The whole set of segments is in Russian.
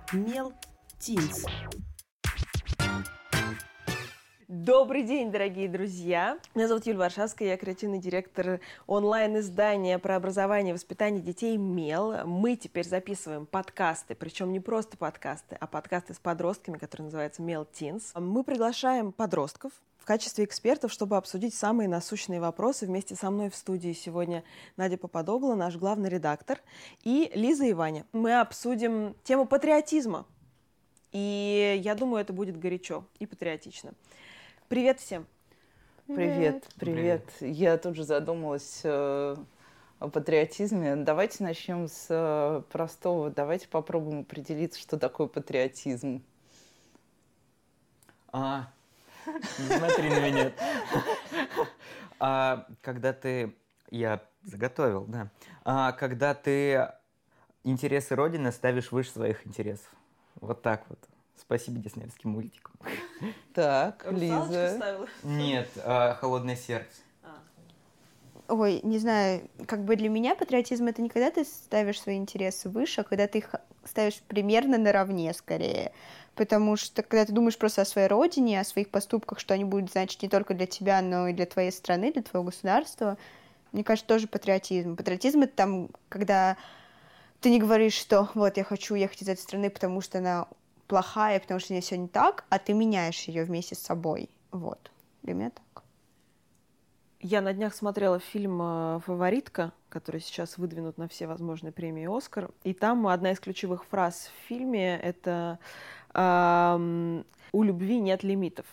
Мел Тинс. Добрый день, дорогие друзья! Меня зовут Юлия Варшавская, я креативный директор онлайн-издания про образование и воспитание детей «Мел». Мы теперь записываем подкасты, причем не просто подкасты, а подкасты с подростками, которые называются «Мел Тинс». Мы приглашаем подростков в качестве экспертов, чтобы обсудить самые насущные вопросы. Вместе со мной в студии сегодня Надя Попадогла, наш главный редактор, и Лиза и Ваня. Мы обсудим тему патриотизма. И я думаю, это будет горячо и патриотично. Привет всем! Привет. Я тут же задумалась о патриотизме. Давайте начнем с простого. Давайте попробуем определиться, что такое патриотизм. Не смотри на меня. Когда ты... Я заготовил, да. Когда ты интересы Родины ставишь выше своих интересов. Вот так вот. Спасибо диснеевским мультикам. Так, Русалочку Лиза. ставила? Нет, «Холодное сердце». Ой, не знаю, как бы для меня патриотизм — это не когда ты ставишь свои интересы выше, а когда ты их ставишь примерно наравне скорее. Потому что когда ты думаешь просто о своей родине, о своих поступках, что они будут значить не только для тебя, но и для твоей страны, для твоего государства, мне кажется, тоже патриотизм. Патриотизм — это там, когда ты не говоришь, что вот я хочу уехать из этой страны, потому что она плохая, потому что у нее все не так, а ты меняешь ее вместе с собой. Вот. Для меня так. Я на днях смотрела фильм «Фаворитка», который сейчас выдвинут на все возможные премии «Оскар». И там одна из ключевых фраз в фильме — это «У любви нет лимитов».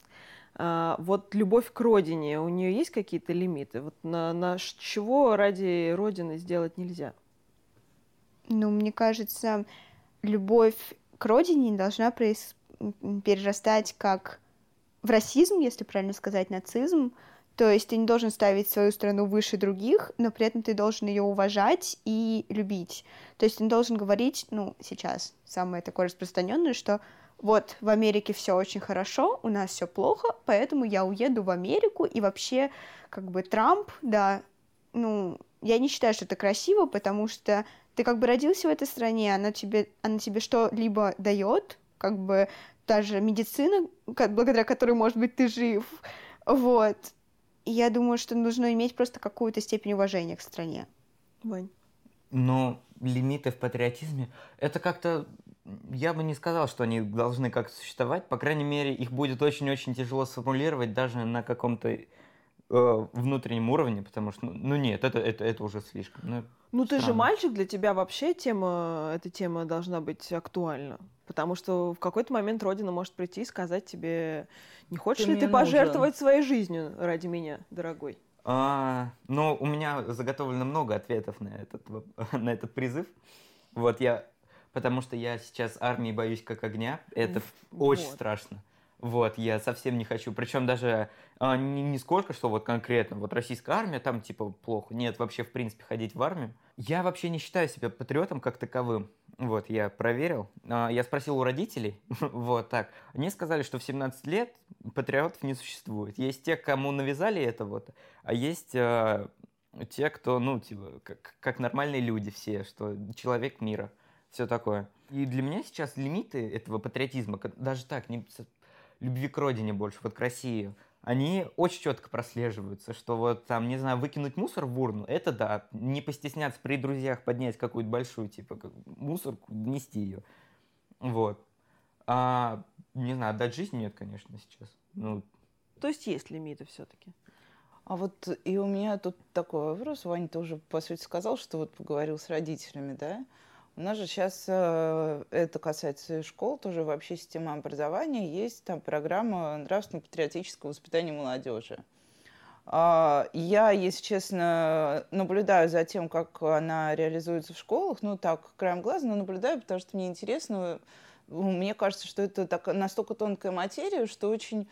Вот любовь к родине, у нее есть какие-то лимиты? Вот на чего ради Родины сделать нельзя? Ну, мне кажется, любовь к родине не должна перерастать как в расизм, если правильно сказать, нацизм. То есть ты не должен ставить свою страну выше других, но при этом ты должен ее уважать и любить. То есть ты не должен говорить, ну, сейчас самое такое распространенное, что вот в Америке все очень хорошо, у нас все плохо, поэтому я уеду в Америку, и вообще, как бы, Трамп, да, ну, я не считаю, что это красиво, потому что ты как бы родился в этой стране, она тебе что-либо дает, как бы даже медицина, благодаря которой, может быть, ты жив, вот. И я думаю, что нужно иметь просто какую-то степень уважения к стране. Вань. Но лимиты в патриотизме, это как-то... Я бы не сказал, что они должны как-то существовать. По крайней мере, их будет очень-очень тяжело сформулировать даже на каком-то внутреннем уровне, потому что, нет, это уже слишком. Ну, ты же странно. мальчик, для тебя вообще эта тема должна быть актуальна. Потому что в какой-то момент Родина может прийти и сказать тебе, не хочешь Ты ли ты мне пожертвовать своей жизнью ради меня, дорогой? У меня заготовлено много ответов на этот призыв. Потому что я сейчас армии боюсь как огня. Это очень страшно. Вот, я совсем не хочу. Причем даже не сколько, что вот конкретно, вот российская армия, там типа плохо. Нет, вообще в принципе ходить в армию. Я вообще не считаю себя патриотом как таковым. Вот, я проверил. Я спросил у родителей, вот так. Они сказали, что в 17 лет патриотов не существует. Есть те, кому навязали это вот, а есть те, кто, как нормальные люди все, что человек мира, все такое. И для меня сейчас лимиты этого патриотизма, даже так, любви к родине больше, вот к России, они очень четко прослеживаются, что вот там, не знаю, выкинуть мусор в урну, это да, не постесняться при друзьях поднять какую-то большую, типа, мусорку, нести ее, вот. Не знаю, отдать жизнь нет, конечно, сейчас. То есть есть лимиты все-таки? А вот и у меня тут такой вопрос. Ваня, ты уже, по сути, сказал, что вот поговорил с родителями, да? У нас же сейчас, это касается и школ, тоже вообще система образования, есть там программа нравственно-патриотического воспитания молодежи. Я, если честно, наблюдаю за тем, как она реализуется в школах, так, краем глаза, но наблюдаю, потому что мне интересно. Мне кажется, что это настолько тонкая материя, что очень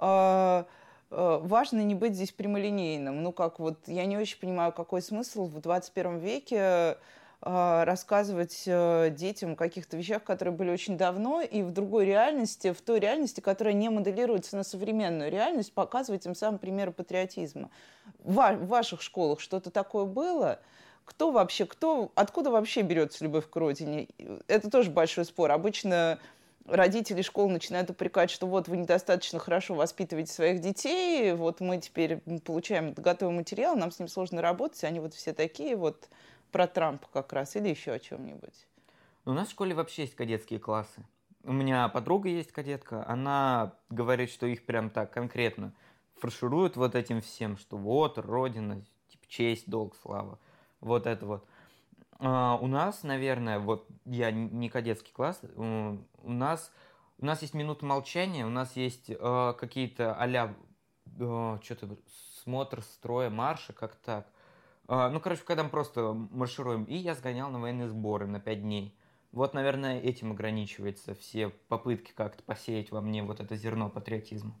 важно не быть здесь прямолинейным. Я не очень понимаю, какой смысл в 21 веке рассказывать детям о каких-то вещах, которые были очень давно, и в другой реальности, в той реальности, которая не моделируется на современную реальность, показывать им самым примеры патриотизма. В ваших школах что-то такое было? откуда вообще берется любовь к родине? Это тоже большой спор. Обычно родители школы начинают упрекать, что вот вы недостаточно хорошо воспитываете своих детей, вот мы теперь получаем готовый материал, нам с ним сложно работать, они вот все такие вот про Трампа как раз или еще о чем-нибудь. У нас в школе вообще есть кадетские классы. У меня подруга есть кадетка, она говорит, что их прям так конкретно фаршируют вот этим всем, что вот, родина, типа, честь, долг, слава, вот это вот. У нас, наверное, вот я не кадетский класс, у нас есть минута молчания, у нас есть какие-то а-ля что-то смотр строя, марша, как так. Ну, короче, когда мы просто маршируем, и я сгонял на военные сборы на 5 дней. Вот, наверное, этим ограничивается все попытки как-то посеять во мне вот это зерно патриотизма.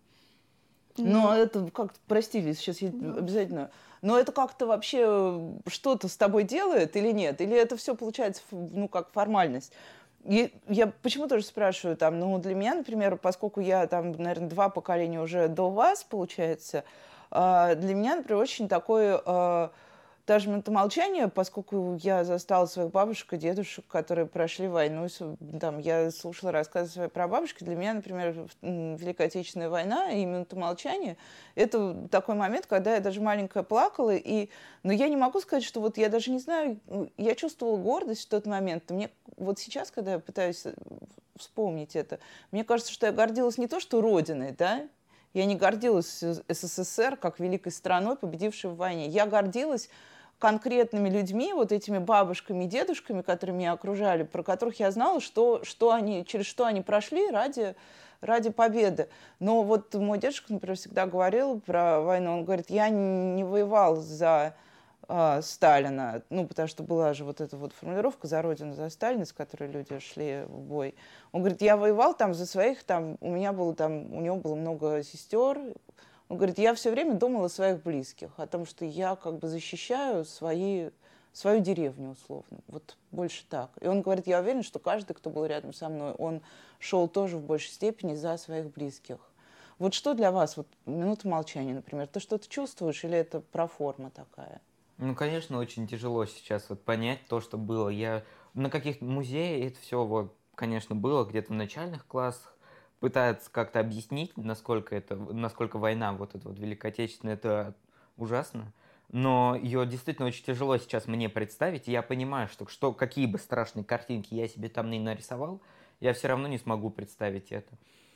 Но это как-то, простите, сейчас я обязательно... Но это как-то вообще что-то с тобой делает или нет? Или это все получается, ну, как формальность? И я почему тоже спрашиваю, там, ну, для меня, например, поскольку я там, наверное, 2 поколения уже до вас, получается, для меня, например, очень такой... Даже молчание, поскольку я застала своих бабушек и дедушек, которые прошли войну, там, я слушала рассказы своей прабабушки. Для меня, например, Великая Отечественная война и минута молчания – это такой момент, когда я даже маленькая плакала. Но я не могу сказать, что вот я даже не знаю, я чувствовала гордость в тот момент. Мне вот сейчас, когда я пытаюсь вспомнить это, мне кажется, что я гордилась не то, что Родиной, да, я не гордилась СССР как великой страной, победившей в войне. Я гордилась конкретными людьми, вот этими бабушками и дедушками, которые меня окружали, про которых я знала, через что они прошли ради победы. Но вот мой дедушка, например, всегда говорил про войну. Он говорит, я не воевал за Сталина, ну, потому что была же вот эта вот формулировка «за Родину, за Сталина», с которой люди шли в бой. Он говорит, я воевал там за своих, там, у него было много сестер. Он говорит, я все время думала о своих близких, о том, что я как бы защищаю свою деревню, условно. Вот больше так. И он говорит, я уверен, что каждый, кто был рядом со мной, он шел тоже в большей степени за своих близких. Вот что для вас, вот минута молчания, например, ты что-то чувствуешь или это проформа такая? Ну, конечно, очень тяжело сейчас вот понять то, что было. Я на каких-то музеях это все вот, конечно, было где-то в начальных классах. Пытаются как-то объяснить, насколько война, вот эта вот Великая Отечественная, это ужасно. Но ее действительно очень тяжело сейчас мне представить. И я понимаю, что какие бы страшные картинки я себе там ни нарисовал, я все равно не смогу представить это.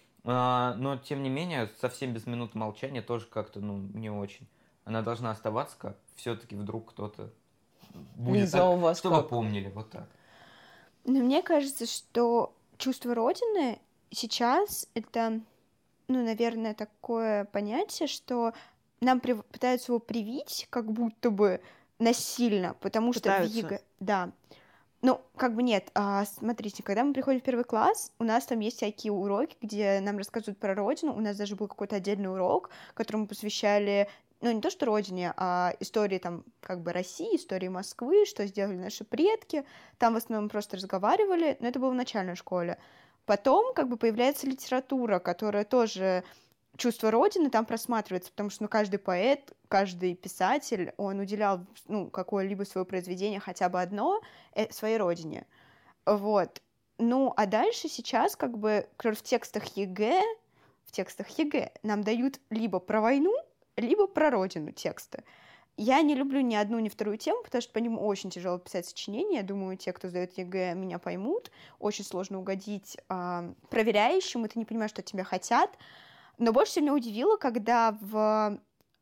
Но, тем не менее, совсем без минуты молчания тоже как-то, не очень. Она должна оставаться, как все-таки вдруг кто-то будет Лиза, так, у вас чтобы как? помнили, вот так. Но мне кажется, что чувство Родины сейчас это, наверное, такое понятие, что нам пытаются его привить, как будто бы насильно, потому что да. Ну, как бы нет. Смотрите, когда мы приходим в 1 класс, у нас там есть всякие уроки, где нам рассказывают про Родину. У нас даже был какой-то отдельный урок, который мы посвящали, не то что Родине, а истории там как бы России, истории Москвы, что сделали наши предки. Там в основном просто разговаривали, но это было в начальной школе. Потом как бы появляется литература, которая тоже чувство Родины там просматривается, потому что каждый поэт, каждый писатель, он уделял какое-либо свое произведение, хотя бы одно, своей Родине. Вот. А дальше сейчас как бы в текстах ЕГЭ нам дают либо про войну, либо про Родину тексты. Я не люблю ни одну, ни вторую тему, потому что по ним очень тяжело писать сочинения. Я думаю, те, кто сдает ЕГЭ, меня поймут. Очень сложно угодить проверяющим, и ты не понимаешь, что от тебя хотят. Но больше всего меня удивило, когда в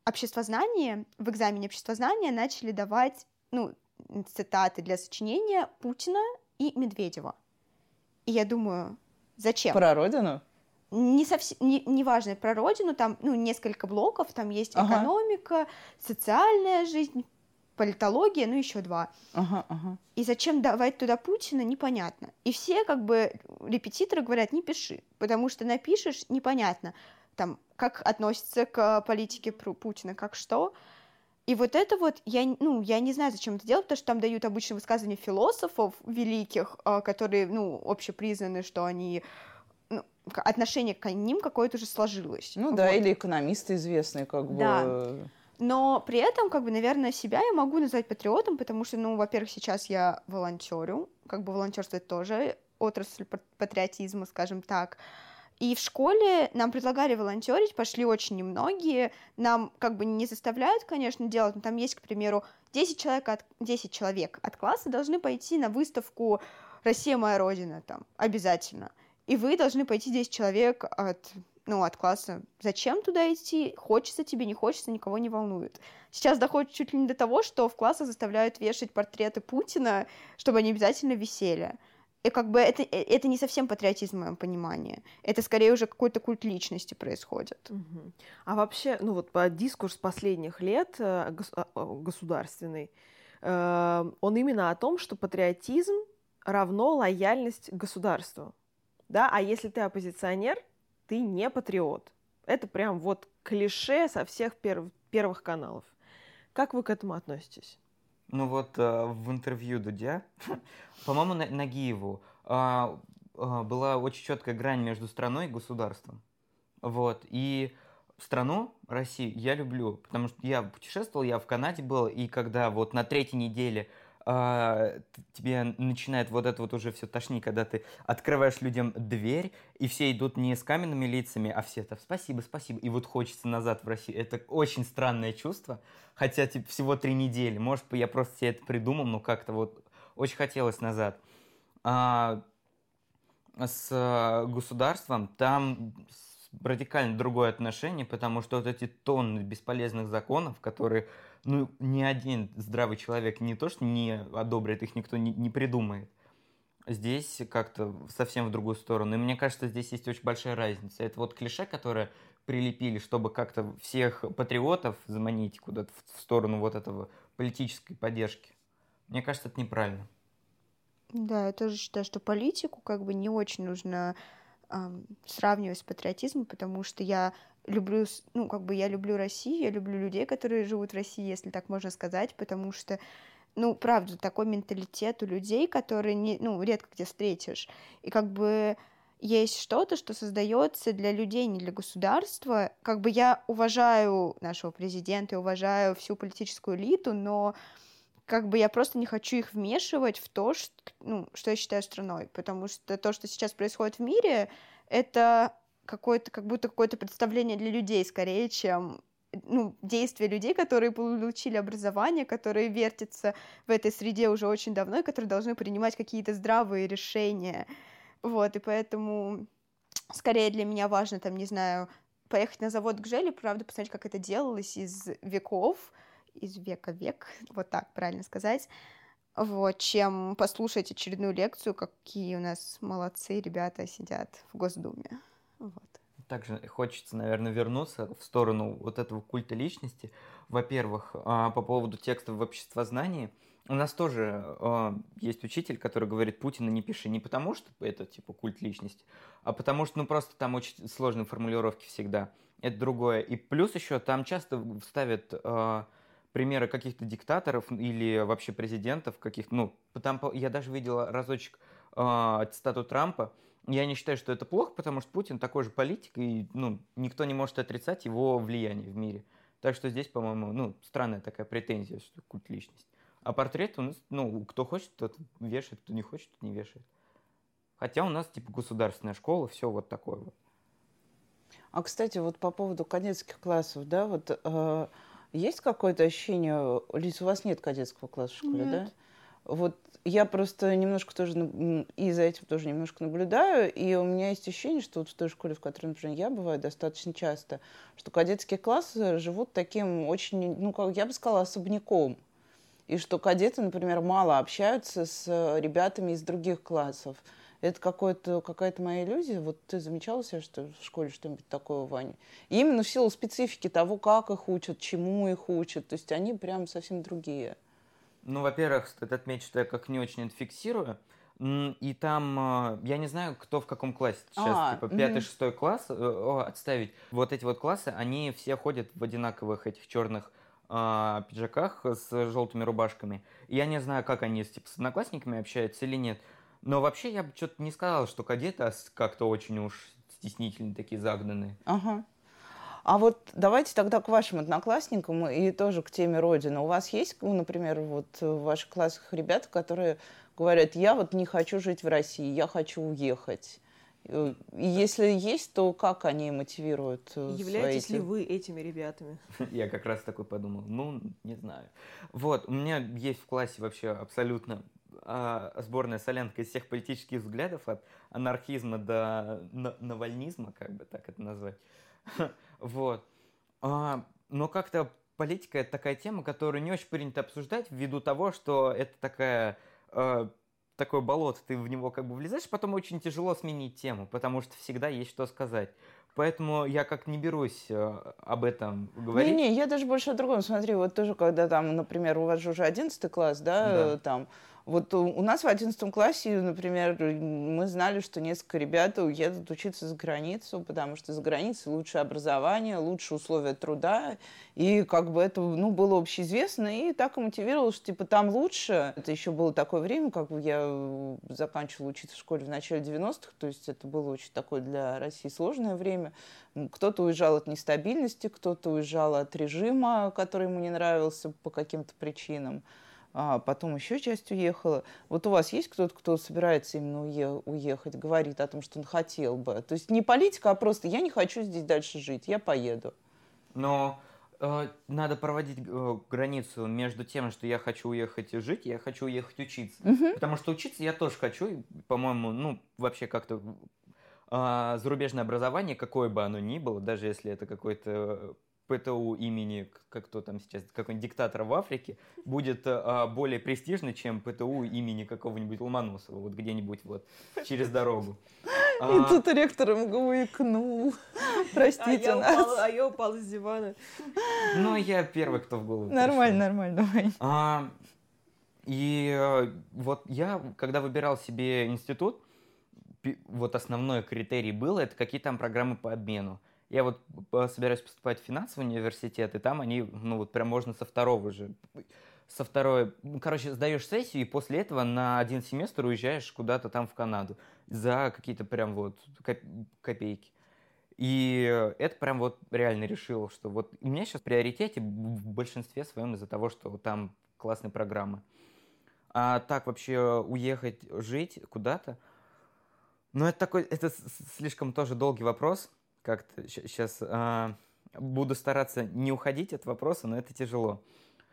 экзамене обществознания начали давать цитаты для сочинения Путина и Медведева. И я думаю, зачем? Про Родину? Не совсем, не важно, про Родину, там, несколько блоков, там есть экономика, социальная жизнь, политология, еще 2. И зачем давать туда Путина, непонятно. И все, как бы, репетиторы говорят, не пиши, потому что напишешь, непонятно, там, как относится к политике Путина, как что. И вот это вот, я не знаю, зачем это делать, потому что там дают обычно высказывания философов великих, которые, общепризнаны, что они... отношение к ним какое-то уже сложилось. Да, или экономисты известные, как бы. Но при этом, как бы, наверное, себя я могу назвать патриотом, потому что, ну, во-первых, сейчас я волонтерю, как бы волонтерство это тоже отрасль патриотизма, скажем так. И в школе нам предлагали волонтерить, пошли очень немногие, нам как бы не заставляют, конечно, делать, но там есть, к примеру, 10 человек от класса должны пойти на выставку «Россия моя Родина», там, обязательно. И вы должны пойти 10 человек от класса. Зачем туда идти? Хочется тебе, не хочется, никого не волнует. Сейчас доходит чуть ли не до того, что в классах заставляют вешать портреты Путина, чтобы они обязательно висели. И как бы это не совсем патриотизм в моем понимании. Это скорее уже какой-то культ личности происходит. Угу. А вообще, ну вот по дискурс последних лет государственный, он именно о том, что патриотизм равно лояльность государству. Да? А если ты оппозиционер, ты не патриот. Это прям вот клише со всех первых каналов. Как вы к этому относитесь? Ну вот в интервью Дудя, по-моему, Нагиеву была очень четкая грань между страной и государством. Вот. И страну, Россию, я люблю, потому что я путешествовал, я в Канаде был, и когда вот на 3-й неделе тебе начинает вот это вот уже все тошнить, когда ты открываешь людям дверь, и все идут не с каменными лицами, а все там спасибо, спасибо, и вот хочется назад в Россию. Это очень странное чувство, хотя типа, всего 3 недели. Может быть, я просто себе это придумал, но как-то вот очень хотелось назад. С государством там радикально другое отношение, потому что вот эти тонны бесполезных законов, которые, ну, ни один здравый человек не то что не одобрит, их никто не придумает. Здесь как-то совсем в другую сторону. И мне кажется, здесь есть очень большая разница. Это вот клише, которое прилепили, чтобы как-то всех патриотов заманить куда-то в сторону вот этого политической поддержки. Мне кажется, это неправильно. Да, я тоже считаю, что политику как бы не очень нужно сравнивать с патриотизмом, потому что я люблю, ну, как бы я люблю Россию, я люблю людей, которые живут в России, если так можно сказать, потому что, ну, правда, такой менталитет у людей, которые редко где встретишь. И как бы есть что-то, что создается для людей, не для государства. Как бы я уважаю нашего президента, я уважаю всю политическую элиту, но как бы я просто не хочу их вмешивать в то, что я считаю страной, потому что то, что сейчас происходит в мире, это как будто какое-то представление для людей скорее, чем действия людей, которые получили образование, которые вертятся в этой среде уже очень давно и которые должны принимать какие-то здравые решения. Вот, и поэтому скорее для меня важно, там, не знаю, поехать на завод к Гжеле, правда, посмотреть, как это делалось из века в век, вот так правильно сказать, вот, чем послушать очередную лекцию, какие у нас молодцы ребята сидят в Госдуме. Вот. Также хочется, наверное, вернуться в сторону вот этого культа личности. Во-первых, по поводу текстов в обществознании. У нас тоже есть учитель, который говорит, Путина не пиши не потому, что это типа культ личности, а потому что, просто там очень сложные формулировки всегда. Это другое. И плюс еще там часто ставят примеры каких-то диктаторов или вообще президентов каких-то, там я даже видел разочек цитату Трампа. Я не считаю, что это плохо, потому что Путин такой же политик, и никто не может отрицать его влияние в мире. Так что здесь, по-моему, странная такая претензия, что культ личности. А портрет у нас, кто хочет, тот вешает, кто не хочет, тот не вешает. Хотя у нас типа государственная школа, все вот такое вот. А, кстати, вот по поводу кадетских классов, да, вот есть какое-то ощущение, Лиз, у вас нет кадетского класса в школе, Нет. да? Вот я просто немножко тоже, и за этим тоже немножко наблюдаю, и у меня есть ощущение, что вот в той школе, в которой, например, я бываю достаточно часто, что кадетские классы живут таким очень, как я бы сказала, особняком. И что кадеты, например, мало общаются с ребятами из других классов. Это какая-то моя иллюзия. Вот ты замечала себя, что в школе что-нибудь такое, Ваня? И именно в силу специфики того, как их учат, чему их учат. То есть они прям совсем другие. Во-первых, стоит отметить, что я как не очень это фиксирую. И там, я не знаю, кто в каком классе сейчас, типа 5-6 класс отставить. Вот эти вот классы, они все ходят в одинаковых этих черных пиджаках с желтыми рубашками. И я не знаю, как они с одноклассниками общаются или нет. Но вообще я бы что-то не сказал, что кадеты как-то очень уж стеснительные, такие загнанные. Ага. А вот давайте тогда к вашим одноклассникам и тоже к теме Родина. У вас есть, ну, например, вот в ваших классах ребята, которые говорят, я вот не хочу жить в России, я хочу уехать. И если есть, то как они мотивируют Являетесь ли вы этими ребятами? Я как раз такой подумал, ну, не знаю. Вот, у меня есть в классе вообще абсолютно сборная солянка из всех политических взглядов, от анархизма до навальнизма, как бы так это назвать. Вот. Но как-то политика — это такая тема, которую не очень принято обсуждать, ввиду того, что это такое болото, ты в него как бы влезаешь, потом очень тяжело сменить тему, потому что всегда есть что сказать. Поэтому я как не берусь об этом говорить. Не, я даже больше о другом. Смотри, вот тоже, когда там, например, у вас же уже 11 класс, да, там, вот у нас в 11 классе, например, мы знали, что несколько ребят уедут учиться за границу, потому что за границей лучше образование, лучше условия труда, и как бы это, ну, было общеизвестно, и так и мотивировало, что, типа, там лучше. Это еще было такое время, как бы я заканчивала учиться в школе в начале 90-х, то есть это было очень такое для России сложное время. Кто-то уезжал от нестабильности, кто-то уезжал от режима, который ему не нравился по каким-то причинам. А потом еще часть уехала. Вот у вас есть кто-то, кто собирается именно уехать, говорит о том, что он хотел бы? То есть не политика, а просто я не хочу здесь дальше жить, я поеду. Но надо проводить границу между тем, что я хочу уехать жить, и я хочу уехать учиться. Потому что учиться я тоже хочу, и, по-моему, ну, вообще как-то зарубежное образование, какое бы оно ни было, даже если это какой-то ПТУ имени, как кто там сейчас, какой-нибудь диктатор в Африке, будет более престижный, чем ПТУ имени какого-нибудь Ломоносова, вот где-нибудь вот через дорогу. И тут ректор МГУ икнул. Простите нас. Я упала с дивана. Ну, я первый, кто в голову Нормально, давай. И вот я, когда выбирал себе институт, вот основной критерий был, это какие там программы по обмену. Я вот собираюсь поступать в финансовый университет, и там они, ну вот прям можно со второй, короче, сдаешь сессию, и после этого на один семестр уезжаешь куда-то там в Канаду за какие-то прям вот копейки. И это прям вот реально решил, что вот у меня сейчас в приоритете в большинстве своем из-за того, что там классные программы. А так вообще уехать жить куда-то, ну это слишком тоже долгий вопрос. Как-то сейчас буду стараться не уходить от вопроса, но это тяжело.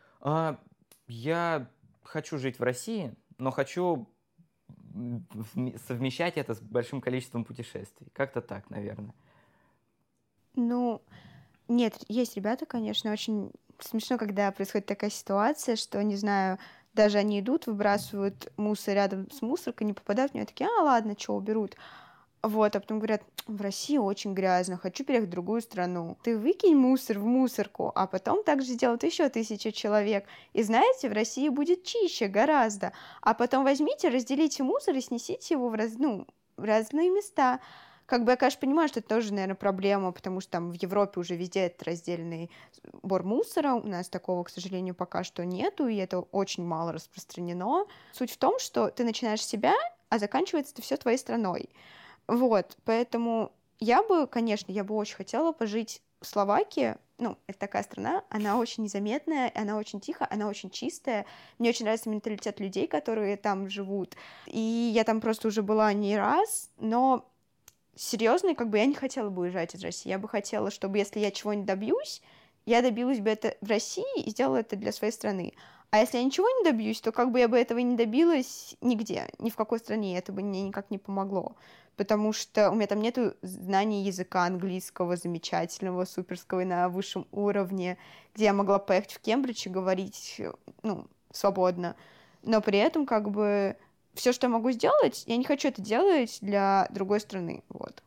Я хочу жить в России, но хочу совмещать это с большим количеством путешествий. Как-то так, наверное. Ну, нет, есть ребята, конечно, очень смешно, когда происходит такая ситуация, что, не знаю, даже они идут, выбрасывают мусор рядом с мусоркой, не попадают в нее, такие, ладно, что, уберут. Вот, а потом говорят, в России очень грязно, хочу переехать в другую страну. Ты выкинь мусор в мусорку, а потом так же сделают еще 1000 человек. И знаете, в России будет чище гораздо. А потом возьмите, разделите мусор и снесите его в разные места. Как бы я, конечно, понимаю, что это тоже, наверное, проблема, потому что там в Европе уже везде это раздельный сбор мусора. У нас такого, к сожалению, пока что нету, и это очень мало распространено. Суть в том, что ты начинаешь с себя, а заканчивается это все твоей страной. Вот, поэтому я бы очень хотела пожить в Словакии. Ну, это такая страна, она очень незаметная, она очень тихая, она очень чистая. Мне очень нравится менталитет людей, которые там живут. И я там просто уже была не раз, но серьезно, как бы я не хотела бы уезжать из России. Я бы хотела, чтобы если я чего-нибудь добьюсь, я добилась бы это в России и сделала это для своей страны. А если я ничего не добьюсь, то как бы я бы этого и не добилась нигде, ни в какой стране, это бы мне никак не помогло. Потому что у меня там нету знаний языка английского замечательного, суперского и на высшем уровне, где я могла поехать в Кембридж и говорить, ну, свободно. Но при этом как бы все, что я могу сделать, я не хочу это делать для другой страны, вот.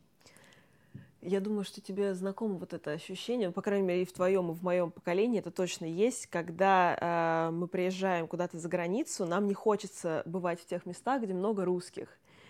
Я думаю, что тебе знакомо вот это ощущение, по крайней мере, и в твоем, и в моем поколении это точно есть, когда мы приезжаем куда-то за границу, нам не хочется бывать в тех местах, где много русских.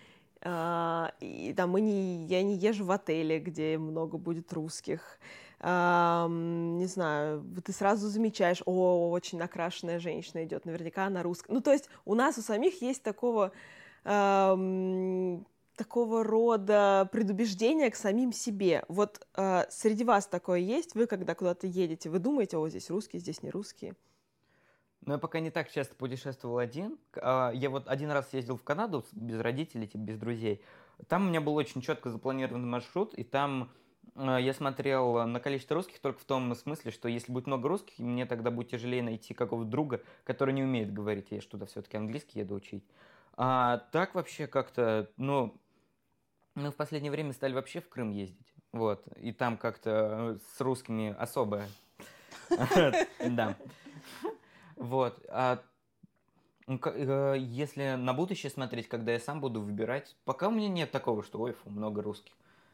И там я не езжу в отеле, где много будет русских. Не знаю, ты сразу замечаешь, очень накрашенная женщина идет, наверняка она русская. Ну, то есть у нас у самих есть такая такого рода предубеждения к самим себе. Вот среди вас такое есть? Вы, когда куда-то едете, вы думаете, о, здесь русские, здесь не русские? Но я пока не так часто путешествовал один. Я вот один раз ездил в Канаду без родителей, типа, без друзей. Там у меня был очень четко запланированный маршрут, и там я смотрел на количество русских только в том смысле, что если будет много русских, мне тогда будет тяжелее найти какого-то друга, который не умеет говорить. Я же туда все-таки английский еду учить. А так вообще как-то, ну, мы в последнее время стали вообще в Крым ездить. Вот. И там как-то с русскими особо. Да. Вот. Если на будущее смотреть, когда я сам буду выбирать, пока у меня нет такого, что ой, фу, много русских.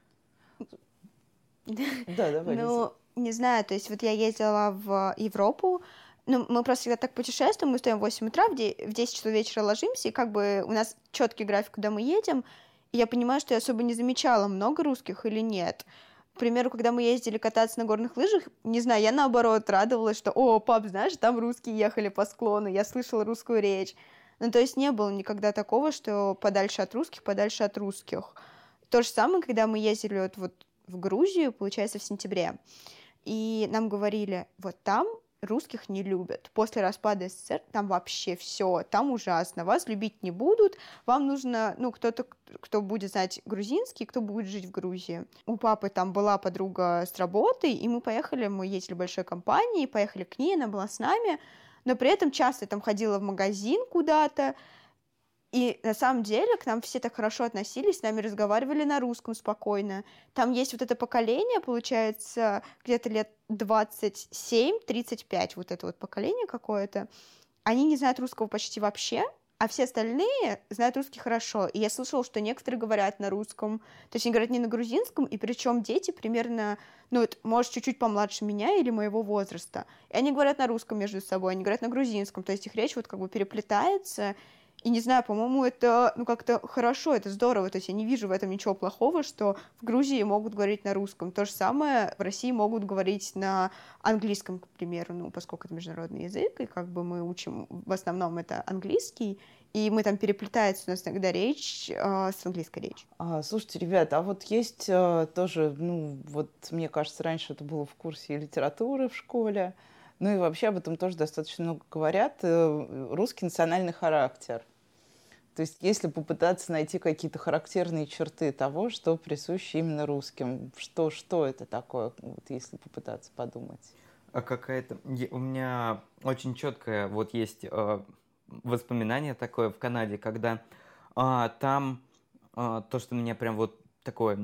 Да, давай. Ну, не знаю, то есть вот я ездила в Европу, ну, мы просто всегда так путешествуем, мы встаем в 8 утра, в 10 часов вечера ложимся, и как бы у нас четкий график, куда мы едем, и я понимаю, что я особо не замечала, много русских или нет. К примеру, когда мы ездили кататься на горных лыжах, не знаю, я наоборот радовалась, что, о, пап, знаешь, там русские ехали по склону, я слышала русскую речь. Ну, то есть не было никогда такого, что подальше от русских, подальше от русских. То же самое, когда мы ездили вот в Грузию, получается, в сентябре, и нам говорили, вот там русских не любят. После распада СССР там вообще все, там ужасно. Вас любить не будут. Вам нужно, ну, кто-то, кто будет знать грузинский, кто будет жить в Грузии. У папы там была подруга с работы, и мы ездили в большой компании, поехали к ней, она была с нами, но при этом часто я там ходила в магазин куда-то, и на самом деле к нам все так хорошо относились, с нами разговаривали на русском спокойно. Там есть вот это поколение, получается, где-то лет 27-35, вот это вот поколение какое-то. Они не знают русского почти вообще, а все остальные знают русский хорошо. И я слышала, что некоторые говорят на русском, то есть они говорят не на грузинском, и причем дети примерно, ну вот, может, чуть-чуть помладше меня или моего возраста. И они говорят на русском между собой, они говорят на грузинском, то есть их речь вот как бы переплетается. И не знаю, по-моему, это, ну, как-то хорошо, это здорово, то есть я не вижу в этом ничего плохого, что в Грузии могут говорить на русском. То же самое в России могут говорить на английском, к примеру, ну, поскольку это международный язык, и как бы мы учим, в основном это английский, и мы там переплетается у нас иногда речь с английской речью. Слушайте, ребята, а вот есть тоже, ну, вот мне кажется, раньше это было в курсе литературы в школе, ну и вообще об этом тоже достаточно много говорят, русский национальный характер. То есть если попытаться найти какие-то характерные черты того, что присуще именно русским, что это такое, вот если попытаться подумать? У меня очень четкое вот есть воспоминание такое в Канаде, когда там то, что меня прям вот такое...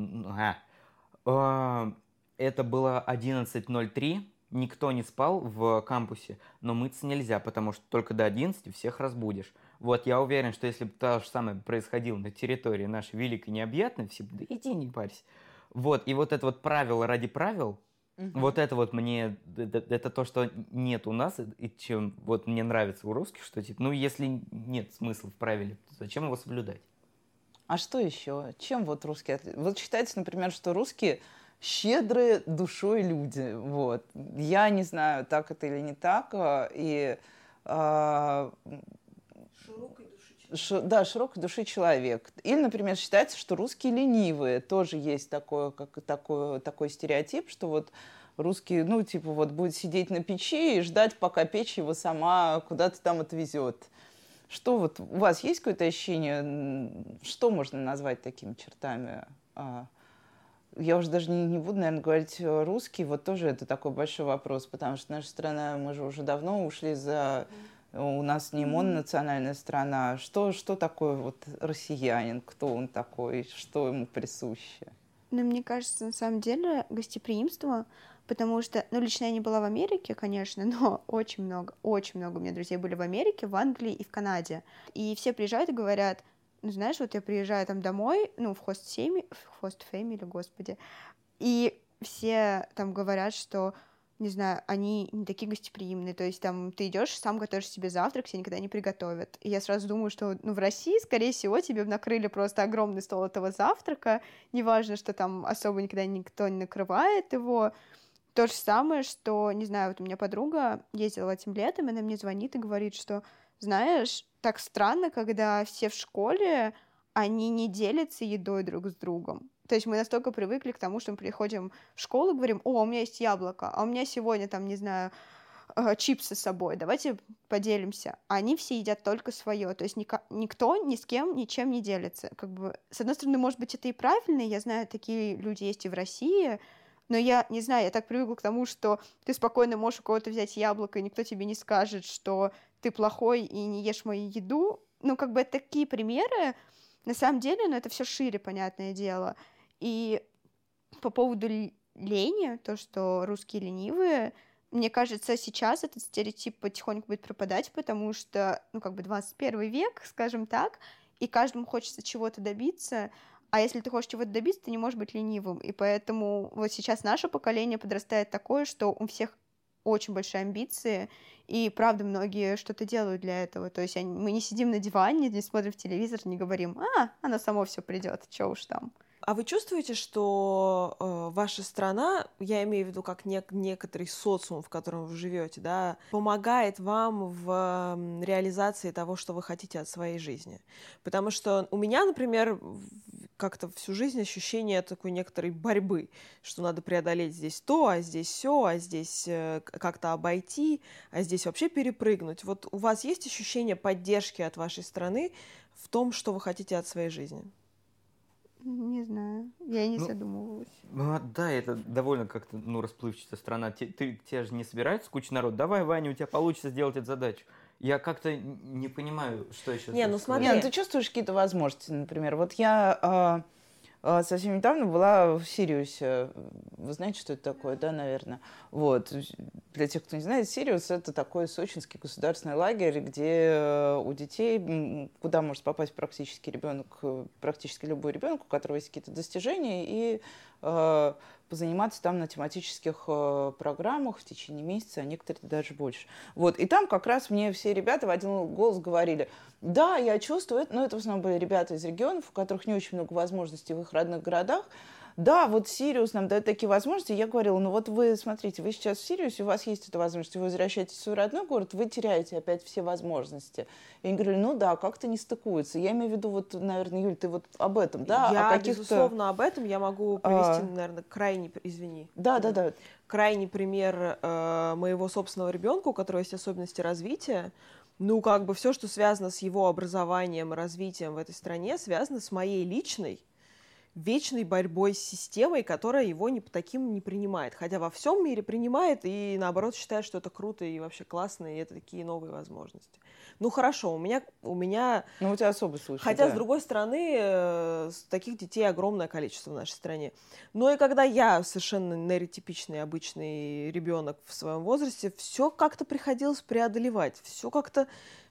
это было 11:03, никто не спал в кампусе, но мыться нельзя, потому что только до 11 всех разбудишь. Вот, я уверен, что если бы то же самое происходило на территории нашей великой необъятной, все бы, да иди, не парься. Вот, и вот это вот правило ради правил, вот это вот мне, это то, что нет у нас, и чем вот мне нравится у русских, что типа, ну, если нет смысла в правиле, то зачем его соблюдать? А что еще? Чем вот русские... Вот считается, например, что русские щедрые душой люди, вот. Я не знаю, так это или не так, и... Широкой души человек. Да, широкой души человек. Или, например, считается, что русские ленивые. Тоже есть такой стереотип, что вот русский, ну, типа, вот будет сидеть на печи и ждать, пока печь его сама куда-то там отвезет. Что вот у вас есть какое-то ощущение, что можно назвать такими чертами? Я уже даже не буду, наверное, говорить русский. Вот тоже это такой большой вопрос, потому что наша страна, мы же уже давно ушли за... У нас не мононациональная страна. Что такое вот россиянин? Кто он такой? Что ему присуще? Ну, мне кажется, на самом деле, гостеприимство, потому что, ну, лично я не была в Америке, конечно, но очень много у меня друзей были в Америке, в Англии и в Канаде. И все приезжают и говорят, ну, знаешь, вот я приезжаю там домой, ну, в host family, господи, и все там говорят, что, не знаю, они не такие гостеприимные, то есть там ты идешь, сам готовишь себе завтрак, тебе никогда не приготовят. И я сразу думаю, что, ну, в России, скорее всего, тебе накрыли просто огромный стол этого завтрака, неважно, что там особо никогда никто не накрывает его. То же самое, что, не знаю, вот у меня подруга ездила этим летом, и она мне звонит и говорит, что, знаешь, так странно, когда все в школе, они не делятся едой друг с другом. То есть мы настолько привыкли к тому, что мы приходим в школу и говорим: о, у меня есть яблоко, а у меня сегодня, там, не знаю, чипсы с собой, давайте поделимся. А они все едят только свое. То есть никто ни с кем ничем не делится. Как бы, с одной стороны, может быть, это и правильно, я знаю, такие люди есть и в России, но я не знаю, я так привыкла к тому, что ты спокойно можешь у кого-то взять яблоко, и никто тебе не скажет, что ты плохой и не ешь мою еду. Ну, как бы это такие примеры, на самом деле, но это все шире, понятное дело. И по поводу лени, то, что русские ленивые, мне кажется, сейчас этот стереотип потихоньку будет пропадать, потому что, ну, как бы 21 век, скажем так, и каждому хочется чего-то добиться, а если ты хочешь чего-то добиться, ты не можешь быть ленивым. И поэтому вот сейчас наше поколение подрастает такое, что у всех очень большие амбиции, и правда многие что-то делают для этого. То есть мы не сидим на диване, не смотрим в телевизор, не говорим: оно само все придет, что уж там. А вы чувствуете, что ваша страна, я имею в виду как некоторый социум, в котором вы живете, да, помогает вам в реализации того, что вы хотите от своей жизни? Потому что у меня, например, как-то всю жизнь ощущение такой некоторой борьбы, что надо преодолеть здесь то, а здесь сё, а здесь как-то обойти, а здесь вообще перепрыгнуть. Вот у вас есть ощущение поддержки от вашей страны в том, что вы хотите от своей жизни? Не знаю, я не задумывалась. Да, это довольно как-то, расплывчатая страна. Тебя же не собирается куча народ. Давай, Ваня, у тебя получится сделать эту задачу. Я как-то не понимаю, что еще... Не, ну смотри. Не, ты чувствуешь какие-то возможности, например. Вот я совсем недавно была в Сириусе. Вы знаете, что это такое, да, наверное? Вот. Для тех, кто не знает, Сириус — это такой сочинский государственный лагерь, где у детей, куда может попасть практически любой ребенок, у которого есть какие-то достижения, и позаниматься там на тематических программах в течение месяца, а некоторые даже больше. Вот. И там как раз мне все ребята в один голос говорили: да, я чувствую, но это в основном были ребята из регионов, у которых не очень много возможностей в их родных городах. Да, вот Сириус нам дает такие возможности. Я говорила: ну вот вы, смотрите, вы сейчас в Сириусе, у вас есть эта возможность, вы возвращаетесь в свой родной город, вы теряете опять все возможности. И они говорили: ну да, как-то не стыкуется. Я имею в виду, вот, наверное, Юль, ты вот об этом, да? Я, безусловно, об этом. Я могу привести, наверное, крайний пример моего собственного ребенка, у которого есть особенности развития. Ну, как бы все, что связано с его образованием и развитием в этой стране, связано с моей личной вечной борьбой с системой, которая его таким не принимает. Хотя во всем мире принимает и, наоборот, считает, что это круто и вообще классно, и это такие новые возможности. Ну, хорошо, у меня... Ну, у тебя особый случай, Хотя, да. с другой стороны, таких детей огромное количество в нашей стране. Но и когда я совершенно нейротипичный, обычный ребенок в своем возрасте, все как-то приходилось преодолевать. Все как-то...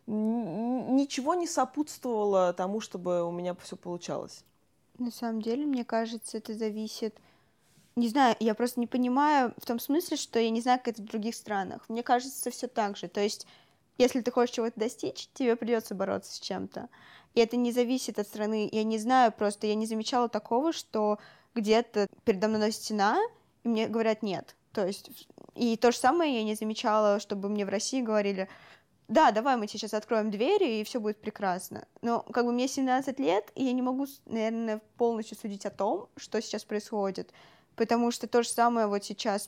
Ничего не сопутствовало тому, чтобы у меня все получалось. На самом деле, мне кажется, это зависит... Не знаю, я просто не понимаю в том смысле, что я не знаю, как это в других странах. Мне кажется, все так же. То есть, если ты хочешь чего-то достичь, тебе придется бороться с чем-то. И это не зависит от страны. Я не знаю, просто я не замечала такого, что где-то передо мной стена, и мне говорят нет. То есть, и то же самое я не замечала, чтобы мне в России говорили: да, давай мы сейчас откроем двери, и все будет прекрасно. Но как бы мне 17 лет, и я не могу, наверное, полностью судить о том, что сейчас происходит. Потому что то же самое вот сейчас,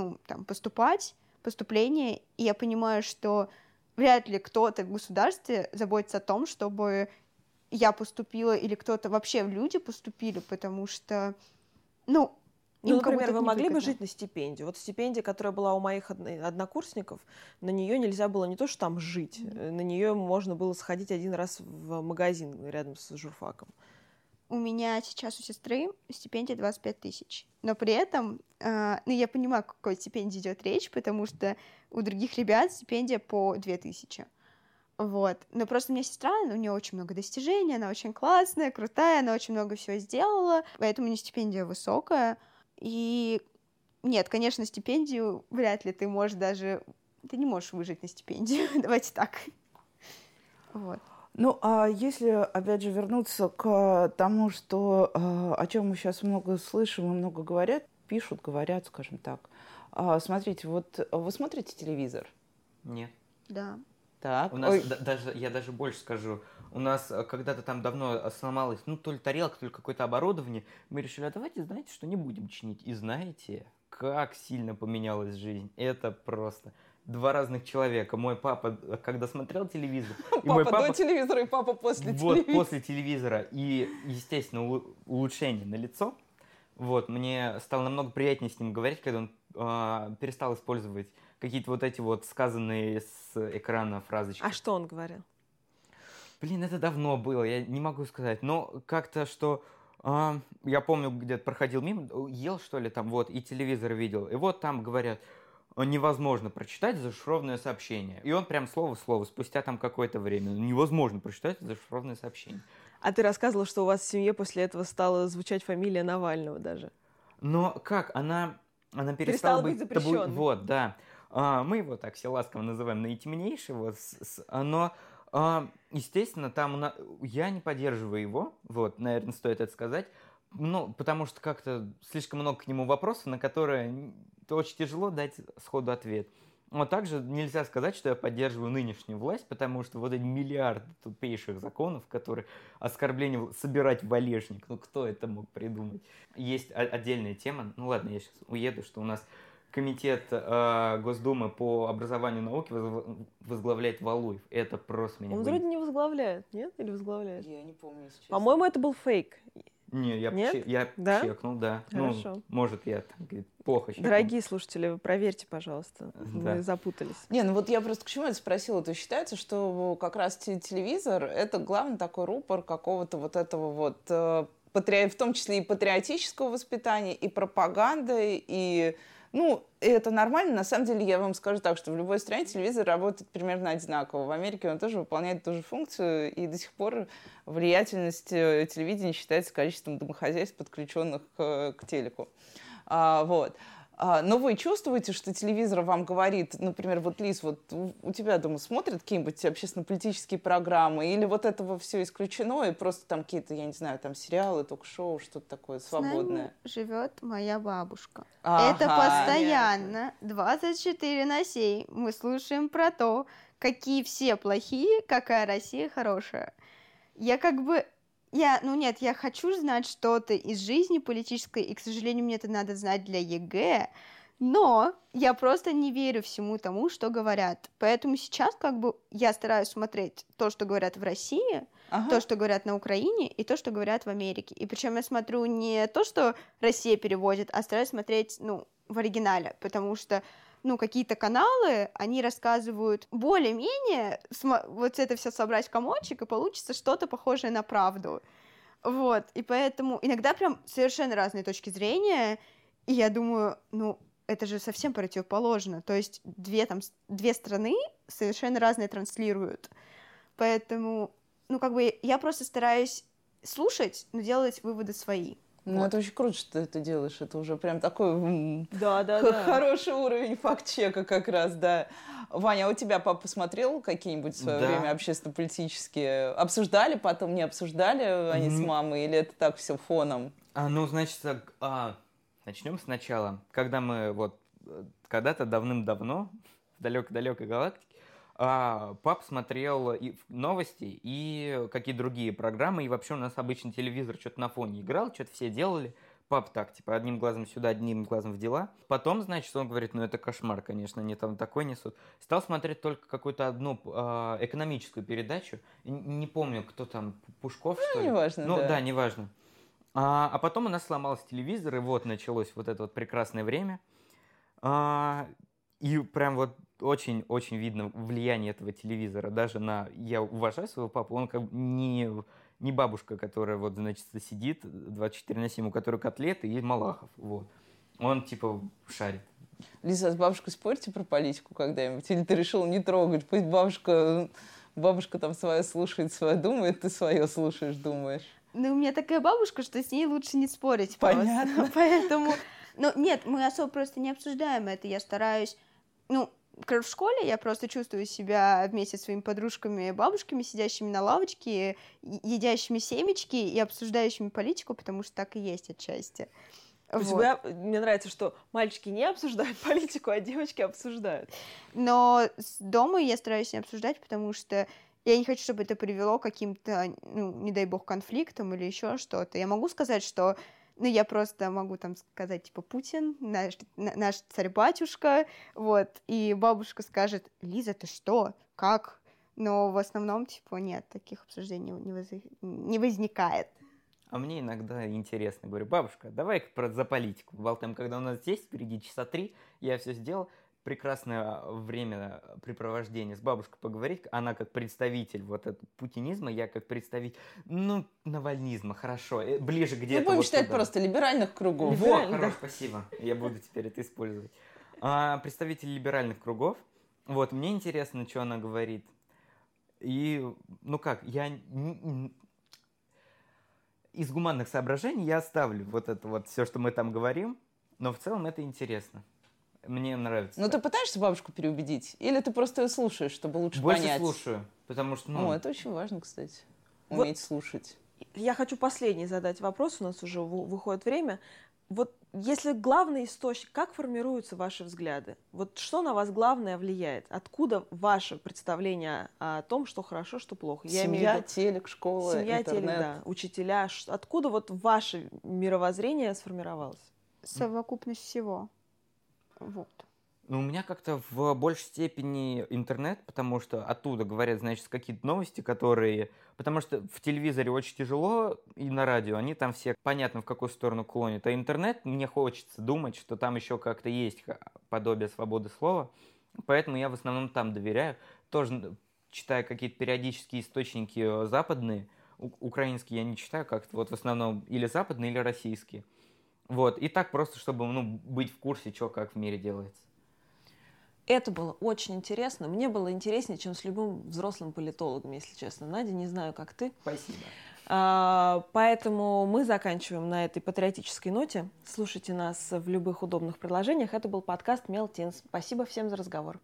поступление, и я понимаю, что вряд ли кто-то в государстве заботится о том, чтобы я поступила, или кто-то вообще люди поступили, потому что, например, вы могли бы жить на стипендию? Вот стипендия, которая была у моих однокурсников, на нее нельзя было не то, что там жить, на нее можно было сходить один раз в магазин рядом с журфаком. У меня сейчас у сестры стипендия 25 тысяч. Но при этом, я понимаю, о какой стипендии идет речь, потому что у других ребят стипендия по 2000. Вот. Но просто у меня сестра, у нее очень много достижений, она очень классная, крутая, она очень много всего сделала, поэтому у нее стипендия высокая. И нет, конечно, стипендию вряд ли ты можешь даже... Ты не можешь выжить на стипендию, давайте так. Вот. Ну, а если, опять же, вернуться к тому, что, о чем мы сейчас много слышим и много пишут, говорят, скажем так. Смотрите, вот вы смотрите телевизор? Нет. Да. Так. У нас я даже больше скажу. у нас когда-то там давно сломалась, ну, то ли тарелка, то ли какое-то оборудование. Мы решили, а давайте, знаете, что не будем чинить. И знаете, как сильно поменялась жизнь. Это просто 2 разных человека. Мой папа, когда смотрел телевизор... Папа до телевизора и папа после телевизора. Вот, после телевизора. И, естественно, улучшение налицо. Вот, мне стало намного приятнее с ним говорить, когда он перестал использовать какие-то вот эти вот сказанные с экрана фразочки. А что он говорил? Блин, это давно было, я не могу сказать. Но как-то, что... я помню, где-то проходил мимо, ел, что ли, там, вот, и телевизор видел. И вот там говорят, невозможно прочитать зашифрованное сообщение. И он прям слово в слово, спустя там какое-то время. Невозможно прочитать зашифрованное сообщение. А ты рассказывала, что у вас в семье после этого стала звучать фамилия Навального даже. Но как? Она перестала быть запрещенной. Вот, да. Мы его так все ласково называем наитемнейший. Вот, но, естественно, там я не поддерживаю его. Вот, наверное, стоит это сказать. Ну, потому что как-то слишком много к нему вопросов, на которые очень тяжело дать сходу ответ. Но также нельзя сказать, что я поддерживаю нынешнюю власть, потому что вот эти миллиарды тупейших законов, которые оскорбление собирать валежник, ну кто это мог придумать? Есть отдельная тема, ну ладно, я сейчас уеду, что у нас комитет Госдумы по образованию и науке возглавляет Валуев. Это просто меня... Он вроде не возглавляет, нет? Или возглавляет? Я не помню, если честно. По-моему, это был фейк. Не, я Да? чекнул, да. Хорошо. Ну, может, я плохо чекнул. Дорогие слушатели, вы проверьте, пожалуйста. Да. Мы запутались. Не, ну вот я просто к чему это спросила. То считается, что как раз телевизор — это главный такой рупор какого-то вот этого вот, в том числе и патриотического воспитания, и пропаганды, и... Ну, это нормально. На самом деле, я вам скажу так, что в любой стране телевизор работает примерно одинаково. В Америке он тоже выполняет ту же функцию, и до сих пор влиятельность телевидения считается количеством домохозяйств, подключенных к телеку. Вот. Но вы чувствуете, что телевизор вам говорит, например, вот, Лиз, вот у тебя дома смотрят какие-нибудь общественно-политические программы, или вот этого все исключено, и просто там какие-то, я не знаю, там сериалы, ток-шоу, что-то такое свободное? С нами живет моя бабушка. Ага, это постоянно, 24/7 мы слушаем про то, какие все плохие, какая Россия хорошая. Я хочу знать что-то из жизни политической, и, к сожалению, мне это надо знать для ЕГЭ, но я просто не верю всему тому, что говорят. Поэтому сейчас я стараюсь смотреть то, что говорят в России, то, что говорят на Украине, и то, что говорят в Америке. И причем я смотрю не то, что Россия переводит, а стараюсь смотреть, в оригинале, потому что какие-то каналы, они рассказывают более-менее, вот это все собрать в комочек, и получится что-то похожее на правду. Вот, и поэтому иногда прям совершенно разные точки зрения, и я думаю, это же совсем противоположно. То есть две страны совершенно разные транслируют. Поэтому, я просто стараюсь слушать, но делать выводы свои. Ну, это очень круто, что ты это делаешь. Это уже прям такой хороший уровень факт-чека как раз, да. Ваня, а у тебя папа смотрел какие-нибудь в свое время общественно-политические? Обсуждали потом, не обсуждали они с мамой? Или это так все фоном? Начнем сначала. Когда мы когда-то давным-давно в далекой-далекой галактике пап смотрел и новости, и какие другие программы, и вообще у нас обычно телевизор что-то на фоне играл, что-то все делали. Пап так, одним глазом сюда, одним глазом в дела. Потом, значит, он говорит, это кошмар, конечно, они там такой несут. Стал смотреть только какую-то одну экономическую передачу. Не помню, кто там, Пушков, что ли? Неважно, да. Да, неважно. А потом у нас сломался телевизор, и началось это прекрасное время. И прям очень-очень видно влияние этого телевизора. Даже я уважаю своего папу, он не бабушка, которая сидит 24/7, у которой котлеты и Малахов. Вот. Он шарит. Лиза, с бабушкой спорите про политику когда-нибудь? Или ты решила не трогать? Пусть бабушка там свое слушает, свое думает, ты свое слушаешь, думаешь? У меня такая бабушка, что с ней лучше не спорить. Понятно. Просто. Поэтому... нет, мы особо просто не обсуждаем это. Я стараюсь... в школе я просто чувствую себя вместе с своими подружками, бабушками, сидящими на лавочке, едящими семечки и обсуждающими политику, потому что так и есть отчасти. То есть мне нравится, что мальчики не обсуждают политику, а девочки обсуждают. Но дома я стараюсь не обсуждать, потому что Я не хочу, чтобы это привело к каким-то, не дай бог, конфликтам или еще что-то. Я могу сказать, что я просто могу там сказать, типа, Путин, наш царь-батюшка, вот, и бабушка скажет: Лиза, ты что? Как? Но в основном, типа, нет, таких обсуждений не возникает. А мне иногда интересно. Говорю: бабушка, давай-ка за политику поболтаем, когда у нас здесь впереди часа 3, я все сделал. Прекрасное времяпрепровождение с бабушкой поговорить. Она как представитель вот этого путинизма, я как представитель, навальнизма, хорошо, ближе где-то. Будем считать туда. Просто либеральных кругов. Вот, хорошо, спасибо. Я буду теперь это использовать. Представитель либеральных кругов. Вот, мне интересно, что она говорит. И, я из гуманных соображений я оставлю вот это вот все, что мы там говорим, но в целом это интересно. Мне нравится. Но ты пытаешься бабушку переубедить? Или ты просто ее слушаешь, чтобы лучше понять? Больше слушаю, потому что... это очень важно, кстати, уметь слушать. Я хочу последний задать вопрос, у нас уже выходит время. Вот если главный источник, как формируются ваши взгляды? Вот что на вас главное влияет? Откуда ваше представление о том, что хорошо, что плохо? Семья, телек, школа, семья, интернет. телек, да, учителя. Откуда вот ваше мировоззрение сформировалось? Совокупность всего. Вот. У меня как-то в большей степени интернет, потому что оттуда говорят, значит, какие-то новости, которые... Потому что в телевизоре очень тяжело, и на радио они там все понятно в какую сторону клонят. А интернет, мне хочется думать, что там еще как-то есть подобие свободы слова. Поэтому я в основном там доверяю. Тоже читаю какие-то периодические источники западные. Украинские я не читаю как-то. Вот в основном или западные, или российские. Вот. И так просто, чтобы быть в курсе, что как в мире делается. Это было очень интересно. Мне было интереснее, чем с любым взрослым политологом, если честно. Надя, не знаю, как ты. Спасибо. Поэтому мы заканчиваем на этой патриотической ноте. Слушайте нас в любых удобных приложениях. Это был подкаст Мелтинс. Спасибо всем за разговор.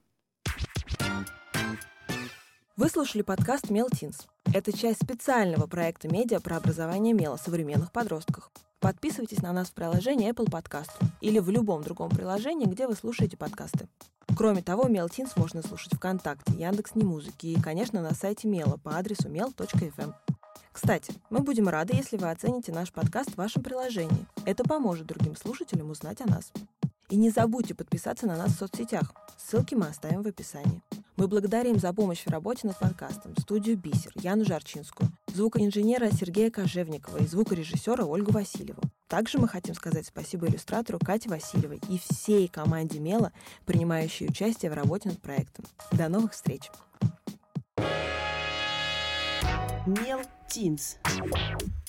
Вы слушали подкаст Мелтинс. Это часть специального проекта медиа про образование МЕЛ о современных подростках. Подписывайтесь на нас в приложении Apple Podcast или в любом другом приложении, где вы слушаете подкасты. Кроме того, Мелтинс можно слушать ВКонтакте, Яндекс.Музыке и, конечно, на сайте Мела по адресу mel.fm. Кстати, мы будем рады, если вы оцените наш подкаст в вашем приложении. Это поможет другим слушателям узнать о нас. И не забудьте подписаться на нас в соцсетях. Ссылки мы оставим в описании. Мы благодарим за помощь в работе над подкастом студию «Бисер» Яну Жарчинскую, звукоинженера Сергея Кожевникова и звукорежиссера Ольгу Васильеву. Также мы хотим сказать спасибо иллюстратору Кате Васильевой и всей команде Мела, принимающей участие в работе над проектом. До новых встреч! Мелтинс.